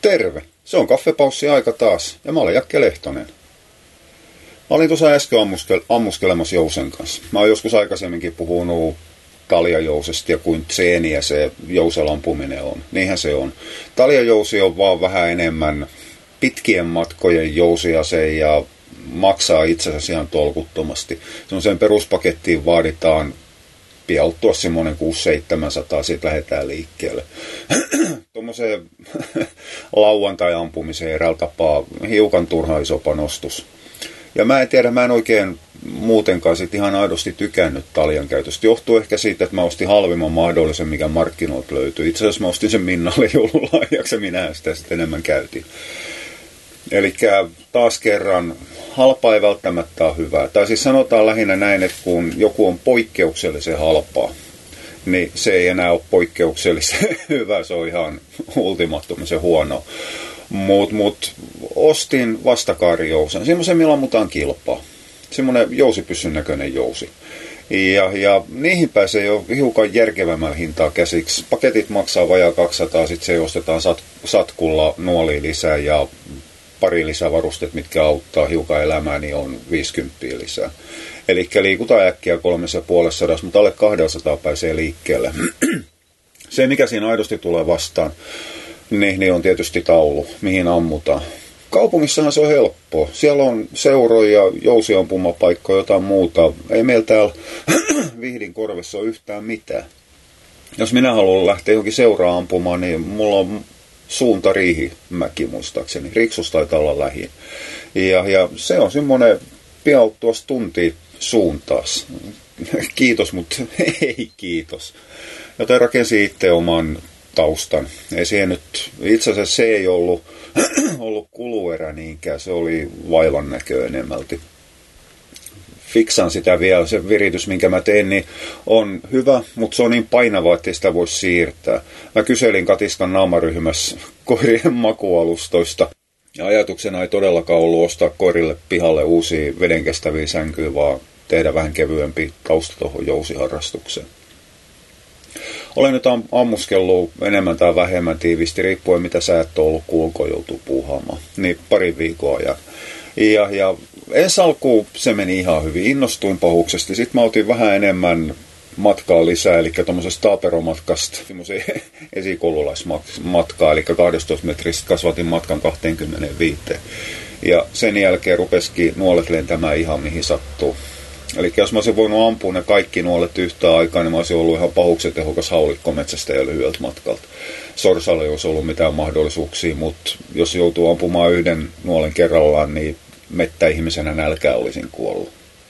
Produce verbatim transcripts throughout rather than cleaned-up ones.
Terve! Se on kaffepaussi aika taas, ja mä olen Jakke Lehtonen. Mä olin tuossa äsken ammuskel- ammuskelemassa jousen kanssa. Mä oon joskus aikaisemminkin puhunut taljajousesta ja kuin tseeniä se jousen ampuminen on. Niinhän se on. Taljajousi on vaan vähän enemmän pitkien matkojen jousiase ja maksaa itse asiassa ihan tolkuttomasti. Semmoiseen peruspakettiin vaaditaan piauttua semmoinen kuusi seitsemänsataa, siitä lähdetään liikkeelle. Tuommoiseen lauantai-ampumiseen eräällä tapaa hiukan turha iso panostus. Ja mä en tiedä, mä en oikein muutenkaan sit ihan aidosti tykännyt taljan käytöstä. Johtuu ehkä siitä, että mä ostin halvimman mahdollisen, mikä markkinoilta löytyi. Itse asiassa mä ostin sen Minnalle joululahjaksi ja minähän sitä sitten enemmän käytin. Eli taas kerran halpa ei välttämättä ole hyvää. Tai siis sanotaan lähinnä näin, että kun joku on poikkeuksellisen halpaa, niin se ei enää ole poikkeuksellisen hyvä, se on ihan ultimaattumisen huono. Mutta mut, ostin vastakaarijousen, semmoisen millä ammutaan kilpaa. Semmoinen jousipyssyn näköinen jousi. Ja, ja niihin pääsee jo hiukan järkevämmällä hintaa käsiksi. Paketit maksaa vajaa kaksisataa, sitten se ostetaan sat, satkulla nuoli lisää ja pari lisävarusteet, mitkä auttaa hiukan elämää, niin on viisikymmentä lisää. Eli liikutaan äkkiä kolmessa ja puolessa sadassa, mutta alle kaksisataa pääsee liikkeelle. Se, mikä siinä aidosti tulee vastaan, niin, niin on tietysti taulu, mihin ammutaan. Kaupungissahan se on helppoa. Siellä on seuroja, jousiampumapaikkoja, jotain muuta. Ei meillä täällä Vihdin korvessa ole yhtään mitään. Jos minä haluan lähteä johonkin seuraan ampumaan, niin mulla on suunta Riihimäki muistaakseni. Riksus taitaa olla lähin. Ja, ja se on semmoinen piauttuas tunti suuntaas. Kiitos, mutta ei kiitos. Joten rakensin itse oman taustan. Ei siihen nyt, itse asiassa se ei ollut, ollut kuluerä niinkään, se oli vaivan näkö enemmälti. Fiksaan sitä vielä, se viritys, minkä mä teen, niin on hyvä, mutta se on niin painava, ettei sitä voi siirtää. Mä kyselin Katiskan naamaryhmässä koirien makualustoista, ja ajatuksena ei todellakaan ollut ostaa koirille pihalle uusia vedenkestäviä sänkyjä, vaan tehdä vähän kevyempi tausta tuohon jousiharrastukseen. Olen nyt ammuskellut enemmän tai vähemmän tiivisti, riippuen mitä sä et ole ollut, kun ulko joutuu puuhaamaan, niin parin viikon ajan. Ja, ja ensi alkuun se meni ihan hyvin, innostuin pahuksesti. Sitten mä otin vähän enemmän matkaa lisää, eli tuommoisesta taaperomatkasta, semmoisen esikoululaismatkaa, eli kaksitoista metristä kasvatin matkan kaksikymmentäviisi. Ja sen jälkeen rupesikin nuolet lentämään ihan mihin sattuu. Eli jos mä olisin voinut ampua ne kaikki nuolet yhtä aikaa, niin mä olisin ollut ihan pahuksen tehokas haulikko metsästä ja lyhyeltä matkalta. Sorsalle ei olisi ollut mitään mahdollisuuksia, mutta jos joutuu ampumaan yhden nuolen kerrallaan, niin mettä ihmisenä nälkää olisin kuollut.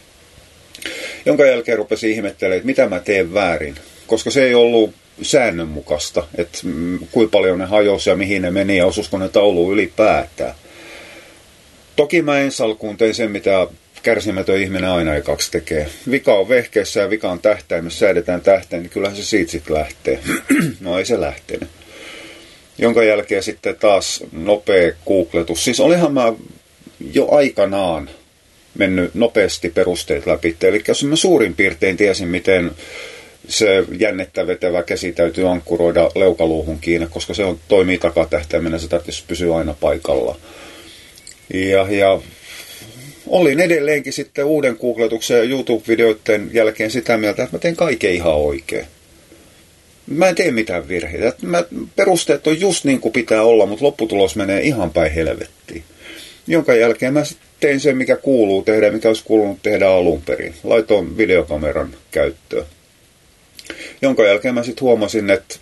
Jonka jälkeen rupesin ihmettelemään, että mitä mä teen väärin, koska se ei ollut säännönmukaista, että kuinka paljon ne hajosi ja mihin ne meni ja osusko ne tauluun ylipäätään. Toki mä ensi alkuun tein sen, mitä kärsimätön ihminen aina ekaksi tekee. Vika on vehkeessä ja vika on tähtäimessä, säädetään tähtäin, niin kyllähän se siitä sitten lähtee. No ei se lähtenyt. Jonka jälkeen sitten taas nopea googletus. Siis olihan mä jo aikanaan mennyt nopeasti perusteet läpi. Eli jos mä suurin piirtein tiesin, miten se jännettä vetävä käsi täytyy ankkuroida leukaluuhun kiinni, koska se on, toimii takatähtäimenä, se tarvitsisi pysyä aina paikalla. Ja, ja olin edelleenkin sitten uuden googletuksen ja YouTube-videoiden jälkeen sitä mieltä, että mä teen kaiken ihan oikein. Mä en tee mitään virheitä. Mä, perusteet on just niin kuin pitää olla, mutta lopputulos menee ihan päin helvettiin. Jonka jälkeen mä sitten tein sen, mikä kuuluu tehdä, mikä olisi kuulunut tehdä alun perin. Laitoin videokameran käyttöön. Jonka jälkeen mä sitten huomasin, että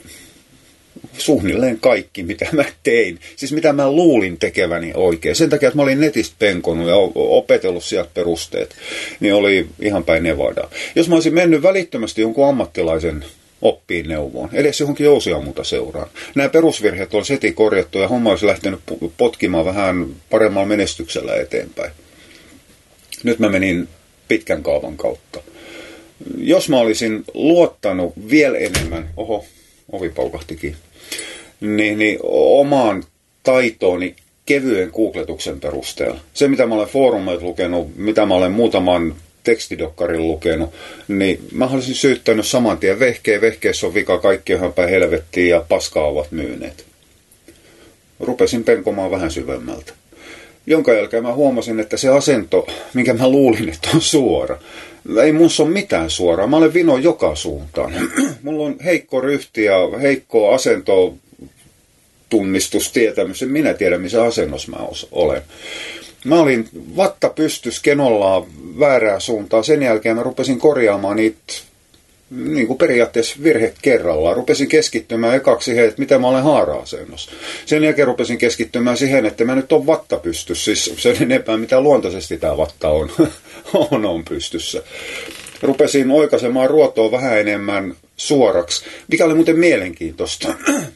suunnilleen kaikki, mitä mä tein, siis mitä mä luulin tekeväni oikein, sen takia, että mä olin netistä penkonut ja opetellut sieltä perusteet, niin oli ihan päin Nevadaa. Jos mä olisin mennyt välittömästi jonkun ammattilaisen oppiin neuvoon, edes johonkin jousiammunta seuraan, nämä perusvirheet olisi heti korjattu ja homma olisi lähtenyt potkimaan vähän paremmalla menestyksellä eteenpäin. Nyt mä menin pitkän kaavan kautta. Jos mä olisin luottanut vielä enemmän, oho, ovi paukahtikin, Niin, niin omaan taitooni kevyen googletuksen perusteella. Se, mitä mä olen foorumeilta lukenut, mitä mä olen muutaman tekstidokkarin lukenut, niin mä olisin syyttänyt saman tien vehkeä, vehkeessä on vika, kaikki ihan päin helvettiin ja paskaa ovat myyneet. Rupesin penkomaan vähän syvemmältä. Jonka jälkeen mä huomasin, että se asento, minkä mä luulin, että on suora, ei musta ole mitään suoraa. Mä olen vino joka suuntaan. Mulla on heikko ryhti ja heikko asento, tunnistus, tietämys. Minä tiedän, missä asennossa mä olen. Mä olin vatta pystys kenollaan väärää suuntaan. Sen jälkeen mä rupesin korjaamaan niitä niin kuin periaatteessa virhe kerrallaan. Rupesin keskittymään ekaksi siihen, että mitä mä olen haara-asennossa. Sen jälkeen rupesin keskittymään siihen, että mä nyt on vatta pystys. Siis sen enempää, mitä luontaisesti tämä vatta on, on, on pystyssä. Rupesin oikaisemaan ruotoa vähän enemmän suoraksi, mikä oli muuten mielenkiintoista.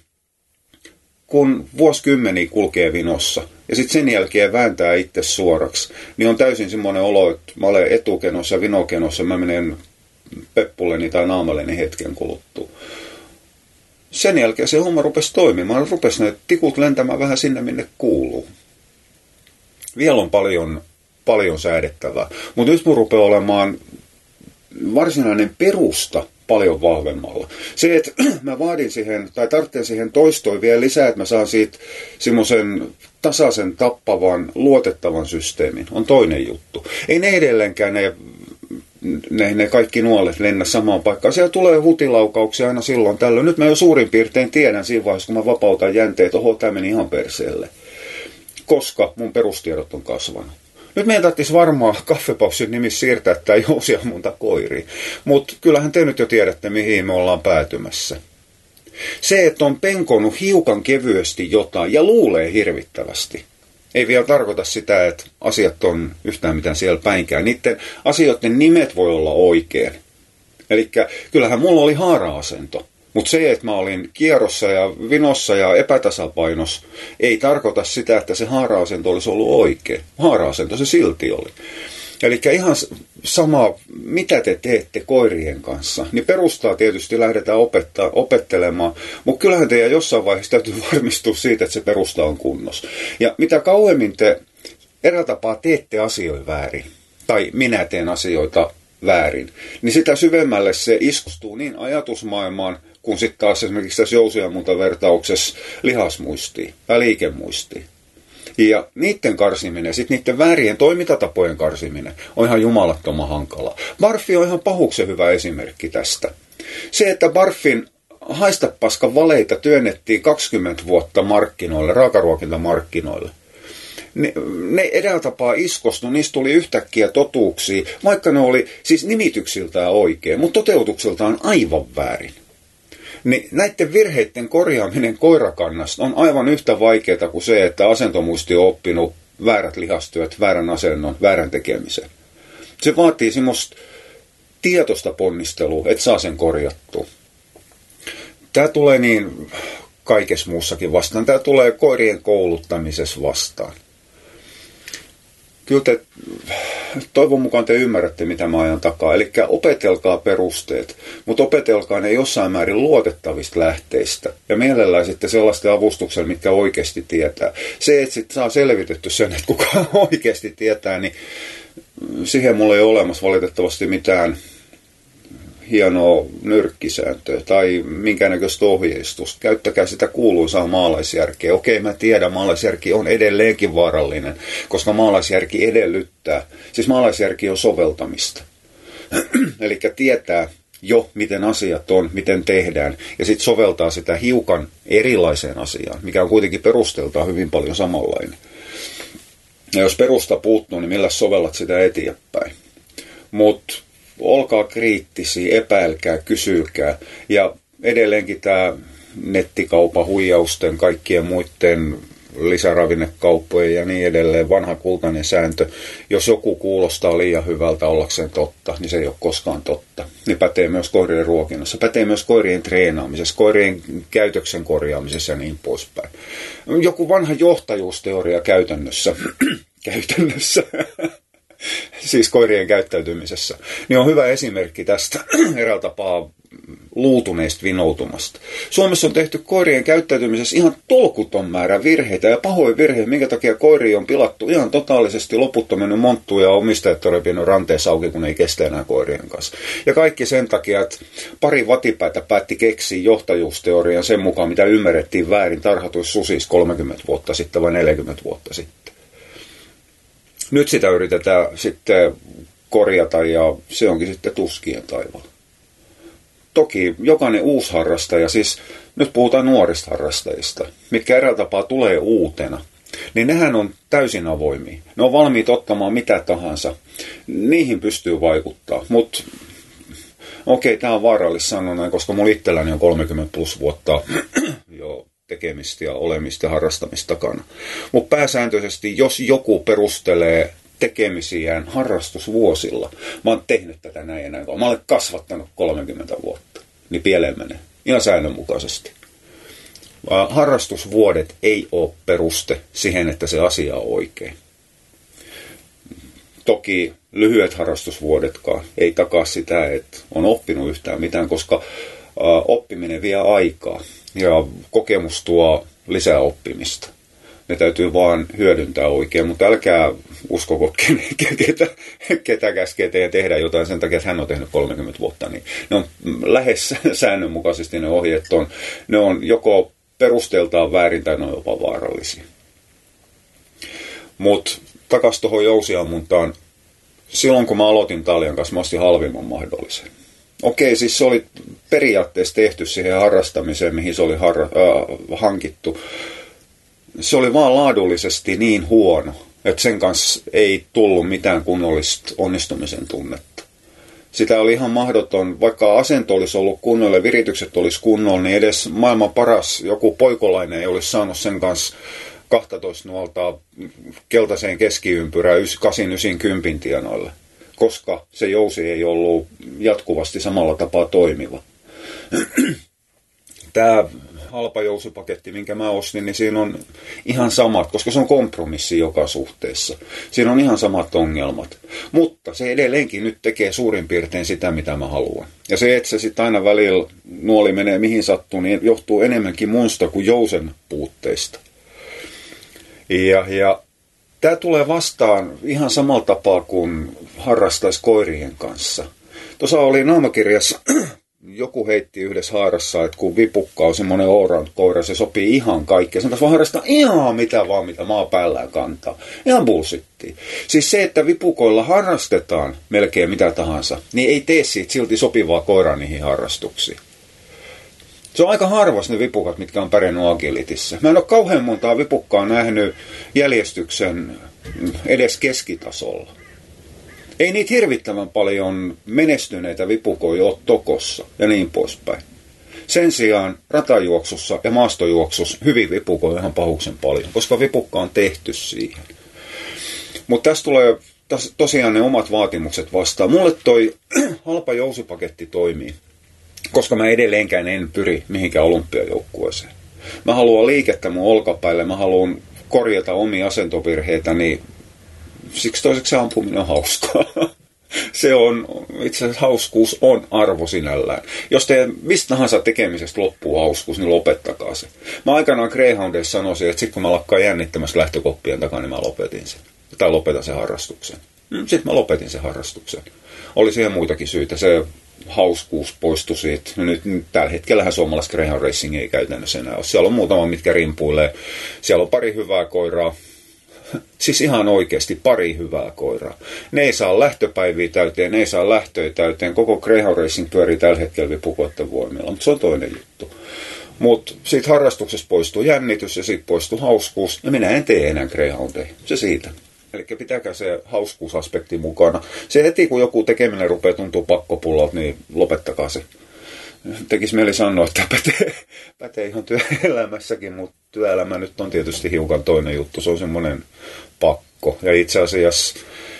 Kun vuosikymmeniä kulkee vinossa ja sitten sen jälkeen vääntää itse suoraksi, niin on täysin semmoinen olo, että mä olen etukenossa ja vinokenossa, mä menen peppuleni tai naamalleni hetken kuluttua. Sen jälkeen se homma rupesi toimimaan, rupesi ne tikut lentämään vähän sinne, minne kuuluu. Vielä on paljon, paljon säädettävää, mutta nyt mun rupeaa olemaan varsinainen perusta paljon vahvemmalla. Se, että mä vaadin siihen, tai tarvitsen siihen toistoon vielä lisää, että mä saan siitä semmoisen tasaisen, tappavan, luotettavan systeemin, on toinen juttu. Ei ne edelleenkään ne, ne, ne kaikki nuolet lennä samaan paikkaan. Siellä tulee hutilaukauksia aina silloin tällöin. Nyt mä jo suurin piirtein tiedän siinä vaiheessa, kun mä vapautan jänteet, oho, tämä meni ihan perseelle. Koska mun perustiedot on kasvanut. Nyt meidän tarvitsisi varmaan kaffepaussin nimissä siirtää tämä jousia monta koiriin. Mutta kyllähän te nyt jo tiedätte, mihin me ollaan päätymässä. Se, että on penkonut hiukan kevyesti jotain ja luulee hirvittävästi, ei vielä tarkoita sitä, että asiat on yhtään mitään siellä päinkään. Niiden asioiden nimet voi olla oikein. Eli kyllähän mulla oli haara-asento. Mutta se, että mä olin kierrossa ja vinossa ja epätasapainossa, ei tarkoita sitä, että se haara-asento olisi ollut oikein. Haara-asento se silti oli. Eli ihan sama, mitä te teette koirien kanssa, niin perustaa tietysti lähdetään opettaa, opettelemaan, mutta kyllähän teidän jossain vaiheessa täytyy varmistua siitä, että se perusta on kunnossa. Ja mitä kauemmin te eräällä tapaa teette asioita väärin, tai minä teen asioita väärin, niin sitä syvemmälle se iskustuu niin ajatusmaailmaan, kun sitten taas esimerkiksi tässä jousiammunta vertauksessa lihasmuistiin tai liikemuistiin. Ja niiden karsiminen, sitten niiden väärien toimintatapojen karsiminen on ihan jumalattoman hankalaa. Barfi on ihan pahuksen hyvä esimerkki tästä. Se, että Barfin haistapaskan valeita työnnettiin kaksikymmentä vuotta markkinoille, raakaruokintamarkkinoille. Ne, ne edellä tapaa iskostui, niistä tuli yhtäkkiä totuuksia, vaikka ne oli siis nimityksiltään oikein, mutta toteutukseltaan aivan väärin. Niin näiden virheiden korjaaminen koirakannasta on aivan yhtä vaikeaa kuin se, että asentomuisti on oppinut väärät lihastyöt, väärän asennon, väärän tekemisen. Se vaatii semmoista tietoista ponnistelua, että saa sen korjattua. Tämä tulee niin kaikessa muussakin vastaan. Tämä tulee koirien kouluttamisessa vastaan. Kyllä te, toivon mukaan te ymmärrätte, mitä mä ajan takaa. Eli opetelkaa perusteet, mutta opetelkaa ne jossain määrin luotettavista lähteistä. Ja mielellään sitten sellaisten avustuksella, mitkä oikeasti tietää. Se, että sitten saa selvitetty sen, että kuka oikeasti tietää, niin siihen mulla ei ole olemassa valitettavasti mitään hienoa nyrkkisääntöä tai minkäännäköistä ohjeistusta. Käyttäkää sitä kuuluisaa maalaisjärkeä. Okei, mä tiedän, maalaisjärki on edelleenkin vaarallinen, koska maalaisjärki edellyttää. Siis maalaisjärki on soveltamista. Eli tietää jo, miten asiat on, miten tehdään, ja sitten soveltaa sitä hiukan erilaiseen asiaan, mikä on kuitenkin perusteltaan hyvin paljon samanlainen. Ja jos perusta puuttuu, niin millä sovellat sitä eteenpäin. Mutta olkaa kriittisiä, epäilkää, kysykää. Ja edelleenkin tämä nettikaupan huijausten, kaikkien muiden lisäravinnekauppojen ja niin edelleen, vanha kultainen sääntö. Jos joku kuulostaa liian hyvältä ollakseen totta, niin se ei ole koskaan totta. Ne pätee myös koirien ruokinnassa, pätee myös koirien treenaamisessa, koirien käytöksen korjaamisessa ja niin poispäin. Joku vanha johtajuusteoria käytännössä, käytännössä, siis koirien käyttäytymisessä, niin on hyvä esimerkki tästä eräällä tapaa luutuneista vinoutumasta. Suomessa on tehty koirien käyttäytymisessä ihan tolkuton määrä virheitä ja pahoja virheitä, minkä takia koiria on pilattu ihan totaalisesti, loput on mennyt monttuun ja omistajat on repinyt ranteessa auki, kun ei kestä enää koirien kanssa. Ja kaikki sen takia, että pari vatipäätä päätti keksiä johtajuusteorian sen mukaan, mitä ymmärrettiin väärin tarhatuissa susissa kolmekymmentä vuotta sitten vai neljäkymmentä vuotta sitten. Nyt sitä yritetään sitten korjata ja se onkin sitten tuskien taivaalla. Toki jokainen uusi harrastaja, siis nyt puhutaan nuorista harrastajista, mitkä eräällä tapaa tulee uutena, niin nehän on täysin avoimia. Ne on valmiit ottamaan mitä tahansa. Niihin pystyy vaikuttaa, mutta okei, tämä on vaarallista sanoa näin, koska mulla itselläni on kolmekymmentä plus vuotta jo tekemistä ja olemista ja harrastamista takana. Mutta pääsääntöisesti, jos joku perustelee tekemisiään harrastusvuosilla, mä oon tehnyt tätä näin ja näin, mä olen kasvattanut kolmekymmentä vuotta, niin pieleen menee. Ihan säännönmukaisesti. Harrastusvuodet ei ole peruste siihen, että se asia on oikein. Toki lyhyet harrastusvuodetkaan ei takaa sitä, että on oppinut yhtään mitään, koska oppiminen vie aikaa ja kokemus tuo lisää oppimista. Ne täytyy vaan hyödyntää oikein, mutta älkää uskoko ketä, ketä käskee teidän tehdä jotain sen takia, että hän on tehnyt kolmekymmentä vuotta. Niin ne on lähes säännönmukaisesti ne ohjeet on, ne on joko perusteeltaan väärin tai ne on jopa vaarallisia. Mutta takaisin tuohon jousiammuntaan. Silloin kun mä aloitin Taljan kanssa, mä ostin halvimman mahdollisen. Okei, siis se oli periaatteessa tehty siihen harrastamiseen, mihin se oli harra, äh, hankittu. Se oli vaan laadullisesti niin huono, että sen kanssa ei tullut mitään kunnollista onnistumisen tunnetta. Sitä oli ihan mahdoton, vaikka asento olisi ollut kunnolla ja viritykset olisi kunnolla, niin edes maailman paras joku poikolainen ei olisi saanut sen kanssa kaksitoista nuoltaa keltaiseen keskiympyrään kahdeksan yhdeksän kymmenen tienoille, koska se jousi ei ollut jatkuvasti samalla tapaa toimiva. Tämä halpa jousipaketti, minkä mä ostin, niin siinä on ihan samat, koska se on kompromissi joka suhteessa. Siinä on ihan samat ongelmat. Mutta se edelleenkin nyt tekee suurin piirtein sitä, mitä mä haluan. Ja se, että se sitten aina välillä nuoli menee mihin sattuu, niin johtuu enemmänkin muista kuin jousen puutteista. Ja, ja tämä tulee vastaan ihan samalla tapaa kuin harrastaisi koirien kanssa. Tuossa oli naamakirjassa, joku heitti yhdessä haarassa, että kun vipukka on semmoinen orange koira, se sopii ihan kaikkea. Sen taas harrastaa ihan mitä vaan, mitä maa päällään kantaa. Ihan bullshittia. Siis se, että vipukoilla harrastetaan melkein mitä tahansa, niin ei tee siitä silti sopivaa koiraa niihin harrastuksiin. Se on aika harvas ne vipukat, mitkä on pärjännyt agilitissä. Mä en ole kauhean montaa vipukkaa nähnyt jäljestyksen edes keskitasolla. Ei niitä hirvittävän paljon menestyneitä vipukoja ole tokossa ja niin poispäin. Sen sijaan ratajuoksussa ja maastojuoksussa hyvin vipukoja ihan pahuksen paljon, koska vipukka on tehty siihen. Mutta tässä tulee tosiaan ne omat vaatimukset vastaan. Mulle toi halpa jousipaketti toimii, koska mä edelleenkään en pyri mihinkään olympiajoukkueeseen. Mä haluan liikettä mun olkapäille, mä haluan korjata omia asentovirheitä, niin siksi toiseksi ampuminen on hauskaa. Se on, itse asiassa hauskuus on arvo sinällään. Jos teidän mistä tahansa tekemisestä loppuu hauskuus, niin lopettakaa se. Mä aikanaan Greyhoundissa sanoisin, että sitten kun mä lakkaan jännittämässä lähtökoppien takaa, niin mä lopetin sen. Tai lopetan sen harrastuksen. Sitten mä lopetin sen harrastuksen. Oli siihen muitakin syitä. Se hauskuus poistui siitä. No nyt, nyt tällä hetkellähän suomalaiset Greyhound Racing ei käytännössä enää ole. Siellä on muutama, mitkä rimpuilee. Siellä on pari hyvää koiraa. Siis ihan oikeasti pari hyvää koiraa. Ne ei saa lähtöpäiviä täyteen, ne ei saa lähtöjä täyteen. Koko Greyhound Racing pyörii tällä hetkellä vipukoiden voimilla, mutta se on toinen juttu. Mutta siitä harrastuksesta poistuu jännitys ja siitä poistuu hauskuus. Ja minä en tee enää Greyhoundeja. Se siitä. Eli pitääkää se hauskuusaspekti mukana. Se heti kun joku tekeminen rupeaa tuntua pakkopullalta, niin lopettakaa se. Tekisi mieli sanoa, että pätee, pätee ihan työelämässäkin, mutta työelämä nyt on tietysti hiukan toinen juttu. Se on semmoinen pakko. Ja itse asiassa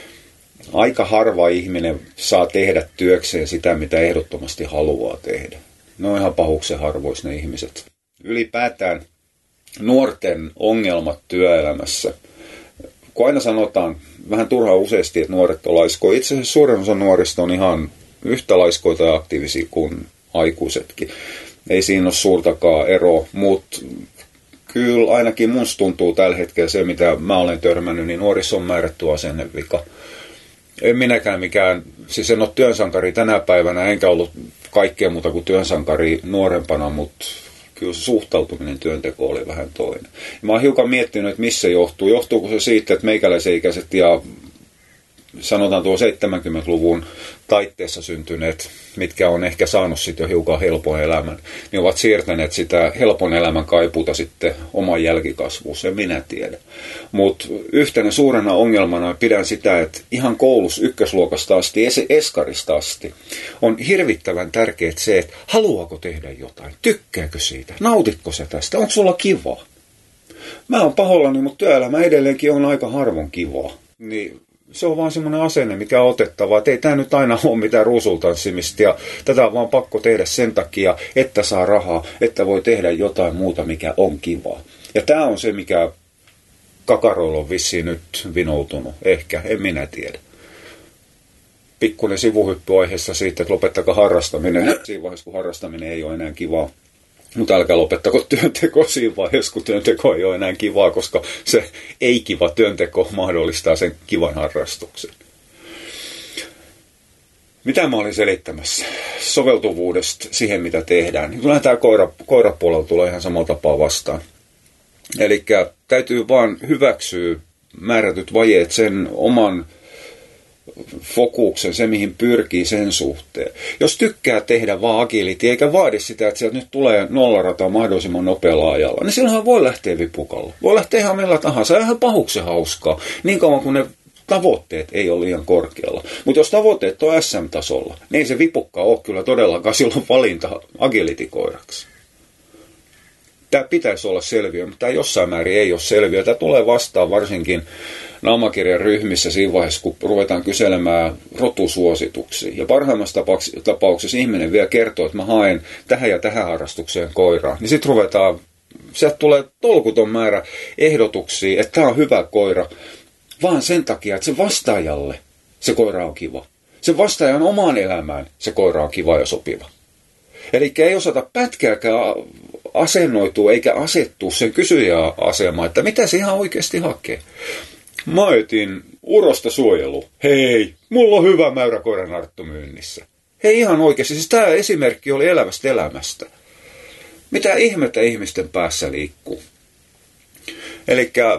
aika harva ihminen saa tehdä työkseen sitä, mitä ehdottomasti haluaa tehdä. Ne on ihan pahuksen harvois ne ihmiset. Ylipäätään nuorten ongelmat työelämässä. Kun aina sanotaan vähän turhaan useasti, että nuoret on laiskoja. Itse asiassa suurin osa nuorista on ihan yhtä laiskoita ja aktiivisia kuin aikuisetkin. Ei siinä ole suurtakaan eroa, mutta kyllä ainakin musta tuntuu tällä hetkellä se, mitä mä olen törmännyt, niin nuorissa on määrätty asennevika. En minäkään mikään, siis en ole työnsankari tänä päivänä, enkä ollut kaikkea muuta kuin työnsankari nuorempana, mutta kyllä se suhtautuminen työntekoon oli vähän toinen. Ja mä oon hiukan miettinyt, että missä se johtuu. Johtuuko se siitä, että meikäläisen ikäiset ja sanotaan tuo seitsemänkymmentäluvun taitteessa syntyneet, mitkä on ehkä saanut sitten jo hiukan helpon elämän, niin ovat siirtäneet sitä helpon elämän kaipuuta sitten oman jälkikasvuun, en minä tiedä. Mutta yhtenä suurena ongelmana pidän sitä, että ihan koulussa ykkösluokasta asti, eskarista asti, on hirvittävän tärkeää se, että haluaako tehdä jotain, tykkääkö siitä, nautitko se tästä, onko sulla kivaa. Mä oon pahollani, mutta työelämä edelleenkin on aika harvon kivaa. Niin se on vaan semmoinen asenne, mikä on otettava, että ei tämä nyt aina ole mitään ruusultanssimista ja tätä on vaan pakko tehdä sen takia, että saa rahaa, että voi tehdä jotain muuta, mikä on kivaa. Ja tämä on se, mikä kakaroilla on vissiin nyt vinoutunut. Ehkä, en minä tiedä. Pikkuinen sivuhyppy aiheessa siitä, että lopettakaa harrastaminen. Siinä vaiheessa, kun harrastaminen ei ole enää kivaa. Mutta älkää lopettako työnteko siinä vaiheessa, kun työnteko ei ole enää kivaa, koska se ei-kiva työnteko mahdollistaa sen kivan harrastuksen. Mitä mä olin selittämässä? Soveltuvuudesta siihen, mitä tehdään. Kyllähän tämä koira, koirapuolella tulee ihan samalla tapaa vastaan. Eli täytyy vaan hyväksyä määrätyt vajeet sen oman fokuksen, se mihin pyrkii sen suhteen. Jos tykkää tehdä vaan agility, eikä vaadi sitä, että sieltä nyt tulee nollarata mahdollisimman nopealla ajalla, niin silloinhan voi lähteä vipukalla. Voi lähteä ihan millä tahansa, ihan pahuksen hauskaa, niin kauan kuin ne tavoitteet ei ole liian korkealla. Mutta jos tavoitteet on S M-tasolla, niin ei se vipukka ole kyllä todellakaan silloin valinta agility-koiraksi. Tämä pitäisi olla selviö, mutta tämä jossain määrin ei ole selviö. Tämä tulee vastaan varsinkin naumakirjan ryhmissä siinä vaiheessa, kun ruvetaan kyselemään rotusuosituksia. Ja parhaimmassa tapauksessa ihminen vielä kertoo, että mä haen tähän ja tähän harrastukseen koiraa. Niin sitten ruvetaan, sieltä tulee tolkuton määrä ehdotuksia, että tämä on hyvä koira, vaan sen takia, että se vastaajalle se koira on kiva. Se vastaajan omaan elämään se koira on kiva ja sopiva. Eli ei osata pätkääkään asennoitua eikä asettua sen kysyjää asemaan, että mitä se ihan oikeasti hakee. Mä etin urosta suojelu. Hei, mulla on hyvä mäyrä koiranarttu myynnissä. Hei ihan oikeasti, siis tämä esimerkki oli elävästä elämästä. Mitä ihmettä ihmisten päässä liikkuu? Elikkä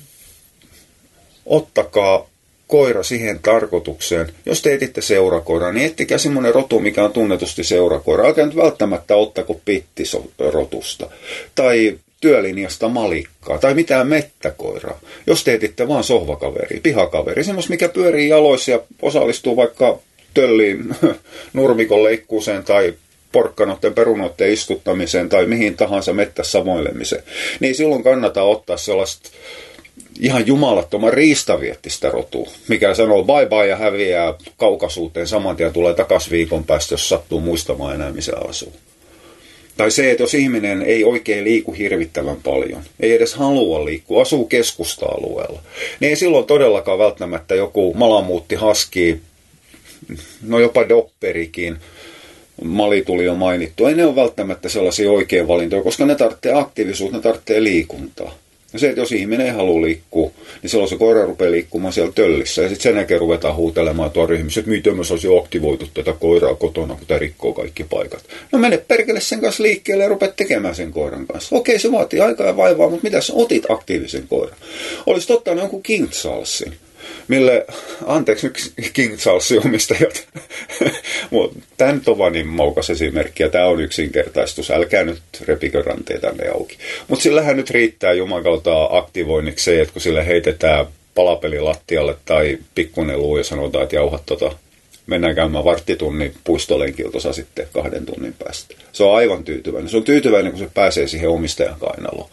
ottakaa koira siihen tarkoitukseen. Jos te etitte seurakoiraa, niin ettikää semmoinen rotu, mikä on tunnetusti seurakoira. Älkää nyt välttämättä ottako pittirotusta. Tai työlinjasta malikkaa tai mitään mettäkoiraa. Jos te etitte vaan sohvakaveri, pihakaveri, semmoista mikä pyörii jaloissa ja osallistuu vaikka tölliin, nurmikon leikkuuseen tai porkkanoiden perunoiden istuttamiseen tai mihin tahansa mettässä samoilemiseen, niin silloin kannattaa ottaa sellaista ihan jumalattoman riistaviettistä rotua, mikä sanoo bye bye ja häviää kaukaisuuteen saman tien tulee takaisin viikon päästä, jos sattuu muistamaan enää missä asuu. Tai se, että jos ihminen ei oikein liiku hirvittävän paljon, ei edes halua liikkua, asuu keskusta-alueella, niin ei silloin todellakaan välttämättä joku malamuutti haskii, no jopa dopperikin, mali tuli jo mainittu. Ei ne ole välttämättä sellaisia oikein valintoja, koska ne tarvitsee aktiivisuutta, ne tarvitsee liikuntaa. Ja se, että jos ihminen ei halua liikkua, niin silloin se koira rupeaa liikkumaan siellä töllissä. Ja sitten sen jälkeen ruvetaan huutelemaan tuon ryhmissä, että miten mä saisin aktivoitu tätä koiraa kotona, kun tämä rikkoo kaikki paikat. No mene perkele sen kanssa liikkeelle ja rupeat tekemään sen koiran kanssa. Okei, se vaatii aikaa ja vaivaa, mutta mitä sä otit aktiivisen koiran? Olisit ottanut jonkun King Charlesin, mille, anteeksi nyt King Charlesin omistajat, mutta tämä nyt on vaan niin maukas esimerkki ja tämä on yksinkertaistus, älkää nyt repikö ranteita tänne auki. Mutta sillähän nyt riittää jumakalta aktivoinniksi se, että kun sille heitetään palapeli lattialle tai pikkuinen luu ja sanotaan, että jauhat tota, mennään käymään varttitunnin puistolenkiltä tuossa sitten kahden tunnin päästä. Se on aivan tyytyväinen. Se on tyytyväinen, kun se pääsee siihen omistajan kainaloon.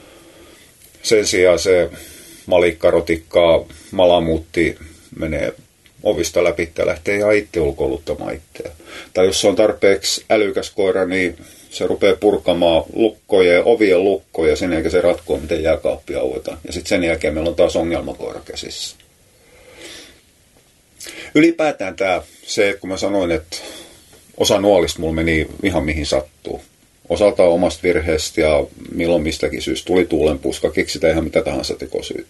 Sen sijaan se malikka, rotikkaa, malamuutti menee ovista läpi ja lähtee ihan itse ulkoiluttamaan itseään. Tai jos se on tarpeeksi älykäs koira, niin se rupeaa purkamaan lukkoja, ovien lukkoja ja sen jälkeen se ratkoo, miten jääkaappi auetaan. Ja sitten sen jälkeen meillä on taas ongelmakoira käsissä. Ylipäätään tämä, se, kun mä sanoin, että osa nuolista mulla meni ihan mihin sattuu. Osaltaan omasta virheestä ja milloin mistäkin syystä tuli tuulenpuska, keksitään ihan mitä tahansa tekosyytä.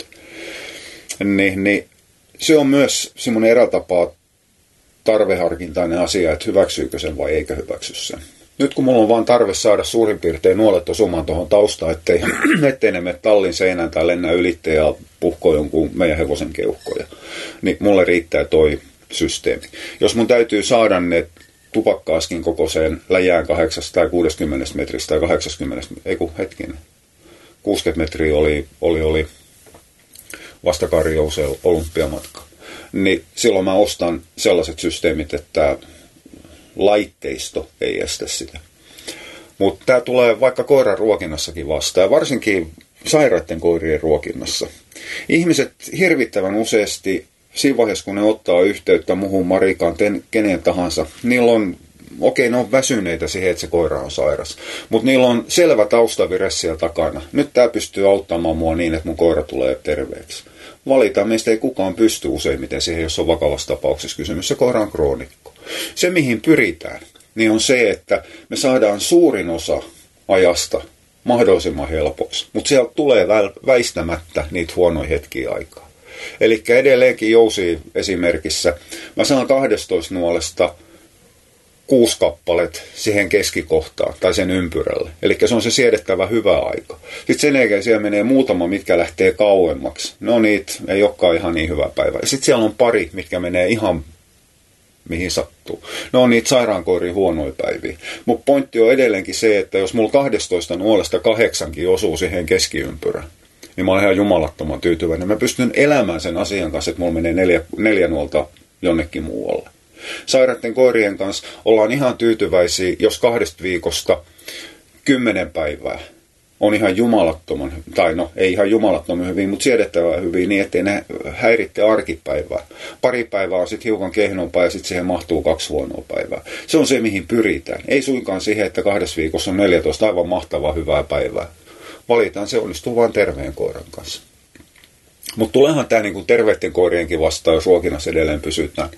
Niin, niin se on myös semmoinen eräällä tapaa tarveharkintainen asia, että hyväksyykö sen vai eikö hyväksy sen. Nyt kun mulla on vaan tarve saada suurin piirtein nuolet osumaan tuohon taustaan, ettei, ettei ne mene tallin seinään tai lennä ylitte ja puhkoo jonkun meidän hevosen keuhkoja, niin mulle riittää toi systeemi. Jos mun täytyy saada ne tupakkaaskin kokoiseen läjään kahdeksasta tai kuudestakymmenestä metristä tai kahdeksankymmentä, ei kun hetkinen, kuusikymmentä metriä oli, oli, oli vastakarjouseen olympiamatka, niin silloin mä ostan sellaiset systeemit, että laitteisto ei estä sitä. Mutta tämä tulee vaikka koiran ruokinnassakin vastaan, ja varsinkin sairaiden koirien ruokinnassa. Ihmiset hirvittävän useasti siinä vaiheessa, kun ne ottaa yhteyttä muuhun Marikaan, ten, kenen tahansa, niillä on, okei, ne on väsyneitä siihen, että se koira on sairas, mutta niillä on selvä taustavire siellä takana. Nyt tämä pystyy auttamaan mua niin, että mun koira tulee terveeksi. Valitaan, meistä ei kukaan pysty useimmiten siihen, jos on vakavassa tapauksessa kysymys. Se koira on kroonikko. Se, mihin pyritään, niin on se, että me saadaan suurin osa ajasta mahdollisimman helpoksi, mutta sieltä tulee väistämättä niitä huonoja hetkiä aikaa. Eli edelleenkin jousi esimerkissä, mä saan kaksitoista nuolesta kuusi kappalet siihen keskikohtaan tai sen ympyrälle. Eli se on se siedettävä hyvä aika. Sitten sen jälkeen siellä menee muutama, mitkä lähtee kauemmaksi. No niitä ei olekaan ihan niin hyvä päivä. Sitten siellä on pari, mitkä menee ihan mihin sattuu. No on niitä sairaankoirin huonoja päiviä. Mutta pointti on edelleenkin se, että jos mulla kaksitoista nuolesta kahdeksankin osuu siihen keskiympyrään, niin mä olen ihan jumalattoman tyytyväinen. Mä pystyn elämään sen asian kanssa, että mulla menee neljä, neljä nuolta jonnekin muualle. Sairaiden koirien kanssa ollaan ihan tyytyväisiä, jos kahdesta viikosta kymmenen päivää on ihan jumalattoman, tai no ei ihan jumalattoman hyvin, mutta siedettävää hyvin niin, ettei ne häiritte arkipäivää. Pari päivää on sitten hiukan kehnompaa ja sitten siihen mahtuu kaksi huonoa päivää. Se on se, mihin pyritään. Ei suinkaan siihen, että kahdessa viikossa on neljätoista aivan mahtavaa hyvää päivää. Valitaan, se onnistuu vain terveen koiran kanssa. Mutta tuleehan tämä niinku terveiden koirienkin vastaan, jos ruokinnassa edelleen pysytään.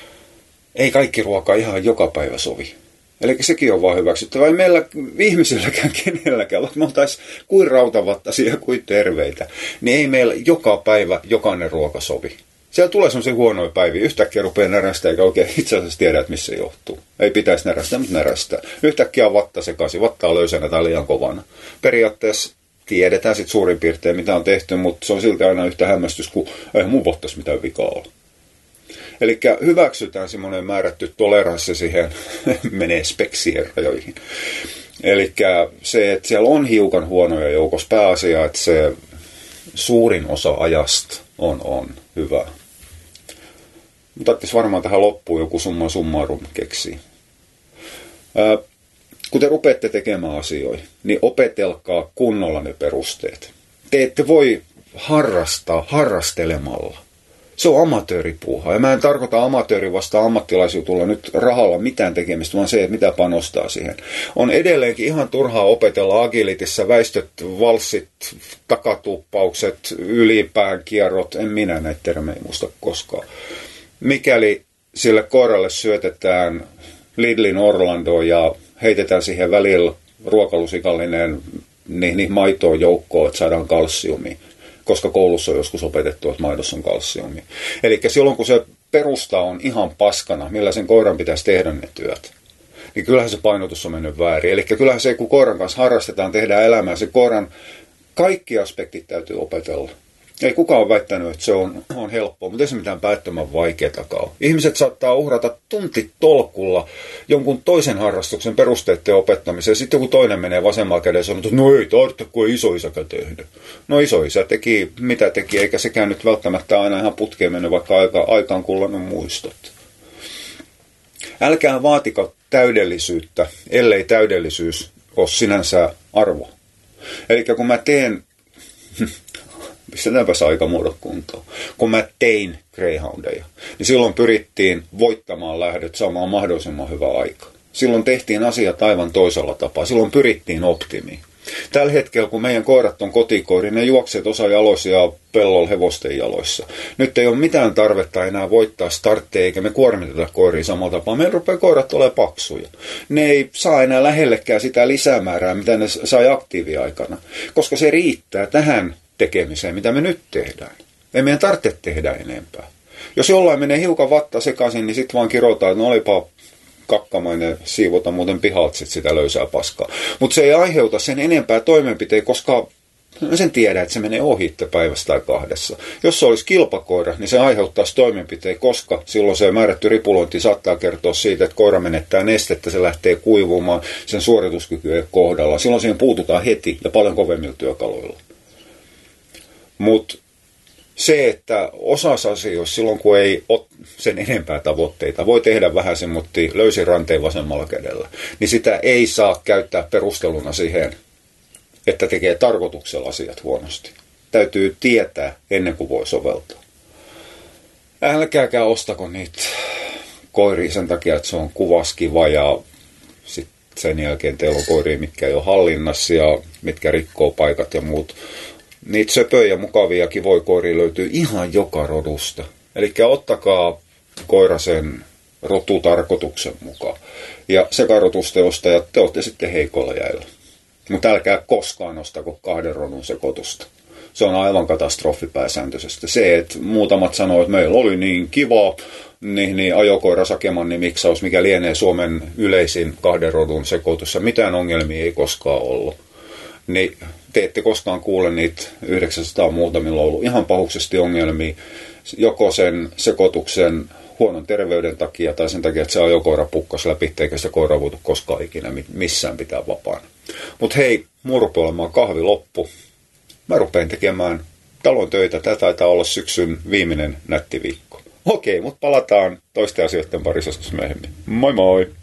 Ei kaikki ruoka ihan joka päivä sovi. Eli sekin on vaan hyväksyttävä. Ei meillä ihmisilläkään kenelläkään, vaikka me oltaisiin kuin rautavattaisia, kuin terveitä, niin ei meillä joka päivä jokainen ruoka sovi. Siellä tulee sellaisia huonoja päiviä. Yhtäkkiä rupeaa närästää, eikä oikein itse asiassa tiedä, että missä se johtuu. Ei pitäisi närästää, mutta närästää. Yhtäkkiä on vatta sekaisin, vatta on löysänä tai liian kovana. Periaatteessa tiedetään sitten suurin piirtein, mitä on tehty, mutta se on silti aina yhtä hämmästys, kun ei mun vottaisi mitään vikaa olla. Eli hyväksytään semmoinen määrätty toleranssi siihen, menee speksien rajoihin. Eli se, että siellä on hiukan huonoja joukossa, pääasia, että se suurin osa ajasta on, on hyvä. Mutta tarvitsisi varmaan tähän loppuun joku summa summarum keksiä. Ää, kun te rupeatte tekemään asioita, niin opetelkaa kunnolla ne perusteet. Te ette voi harrastaa harrastelemalla. Se on amatööripuuhaa. Ja mä en tarkoita amatööri vasta ammattilaisjutulla nyt rahalla mitään tekemistä, vaan se, että mitä panostaa siihen. On edelleenkin ihan turhaa opetella agilitissä väistöt, valssit, takatuppaukset, ylipään kierrot. En minä näitä termejä muista koskaan. Mikäli sille koiralle syötetään Lidlin Orlando ja heitetään siihen välillä ruokalusikallinen niin, niin maitoon joukkoon, että saadaan kalsiumia. Koska koulussa on joskus opetettu, että maidossa on kalsiumia. Eli silloin, kun se perusta on ihan paskana, millä sen koiran pitäisi tehdä ne työt, niin kyllähän se painotus on mennyt väärin. Eli kyllähän se, kun koiran kanssa harrastetaan, tehdään elämää, se koiran kaikki aspektit täytyy opetella. Ei kukaan ole väittänyt, että se on, on helppoa, mutta ei se mitään päättömän vaikeatakaan ole. Ihmiset saattaa uhrata tuntitolkulla jonkun toisen harrastuksen perusteiden opettamiseen. Sitten joku toinen menee vasemmalla kädellä ja sanoo, että no ei tarvitse, kun ei isoisäkään tehnyt. No isoisä teki, mitä teki, eikä sekään nyt välttämättä aina ihan putkeen mennyt, vaikka aika, aikaan kullannut muistot. Älkää vaatiko täydellisyyttä, ellei täydellisyys ole sinänsä arvo. Eli kun mä teen... Pistetäänpäs aikamuodot kuntoon. Kun mä tein greyhoundeja, niin silloin pyrittiin voittamaan lähdöt saamaan mahdollisimman hyvä aika. Silloin tehtiin asiat aivan toisella tapaa. Silloin pyrittiin optimiin. Tällä hetkellä, kun meidän koirat on kotikoiri, ne juokset osa jaloissa ja pellolla hevosten jaloissa. Nyt ei ole mitään tarvetta enää voittaa startteja, eikä me kuormiteta koiria samalla tapaa. Meidän rupeaa koirat olemaan paksuja. Ne ei saa enää lähellekään sitä lisämäärää, mitä ne sai aktiiviaikana, koska se riittää tähän tekemiseen, mitä me nyt tehdään. Ei meidän tarvitse tehdä enempää. Jos jollain menee hiukan vatta sekaisin, niin sitten vaan kirotaan, että no olipa kakkamainen, siivota muuten pihalta sit sitä löysää paskaa. Mutta se ei aiheuta sen enempää toimenpiteitä, koska mä sen tiedän, että se menee ohi päivässä tai kahdessa. Jos se olisi kilpakoira, niin se aiheuttaisi toimenpiteitä, koska silloin se määrätty ripulointi saattaa kertoa siitä, että koira menettää nestettä, se lähtee kuivumaan, sen suorituskyky ei kohdalla. Silloin siihen puututaan heti ja paljon kovemmilla työkaluilla. Mutta se, että osassa asioissa silloin, kun ei ole sen enempää tavoitteita, voi tehdä vähän sen, mutta löysin ranteen vasemmalla kädellä, niin sitä ei saa käyttää perusteluna siihen, että tekee tarkoituksella asiat huonosti. Täytyy tietää ennen kuin voi soveltaa. Älkääkään ostako niitä koiria sen takia, että se on kuvas kiva ja sitten sen jälkeen teillä on koiria, mitkä ei ole hallinnassa ja mitkä rikkoo paikat ja muut. Niitä söpöjä, mukavia, kivoja koiria löytyy ihan joka rodusta. Eli ottakaa koira sen rotutarkoituksen mukaan. Ja sekarotusten ostajat, te olette sitten heikolla jäillä. Mutta älkää koskaan ostako kahden rodun sekoitusta. Se on aivan katastrofi pääsääntöisesti. Se, että muutamat sanoo, että meillä oli niin kiva, niin, niin ajokoira Sakemanni miksaus, mikä lienee Suomen yleisin kahden rodun sekoitus. Ja mitään ongelmia ei koskaan ollut. Niin te ette koskaan kuule niitä yhdeksänsataa muuta, millä on ollut ihan pahuksesti ongelmia, joko sen sekoituksen huonon terveyden takia tai sen takia, että se ajokoira pukkasi läpi, eikä sitä koiraa voitu koskaan ikinä missään pitää vapaana. Mutta hei, mun rupeaa olemaan kahvi loppu. Mä rupean tekemään talon töitä. Tämä taitaa olla syksyn viimeinen nätti viikko. Okei, mutta palataan toisten asioiden parissa joskus myöhemmin. Moi moi!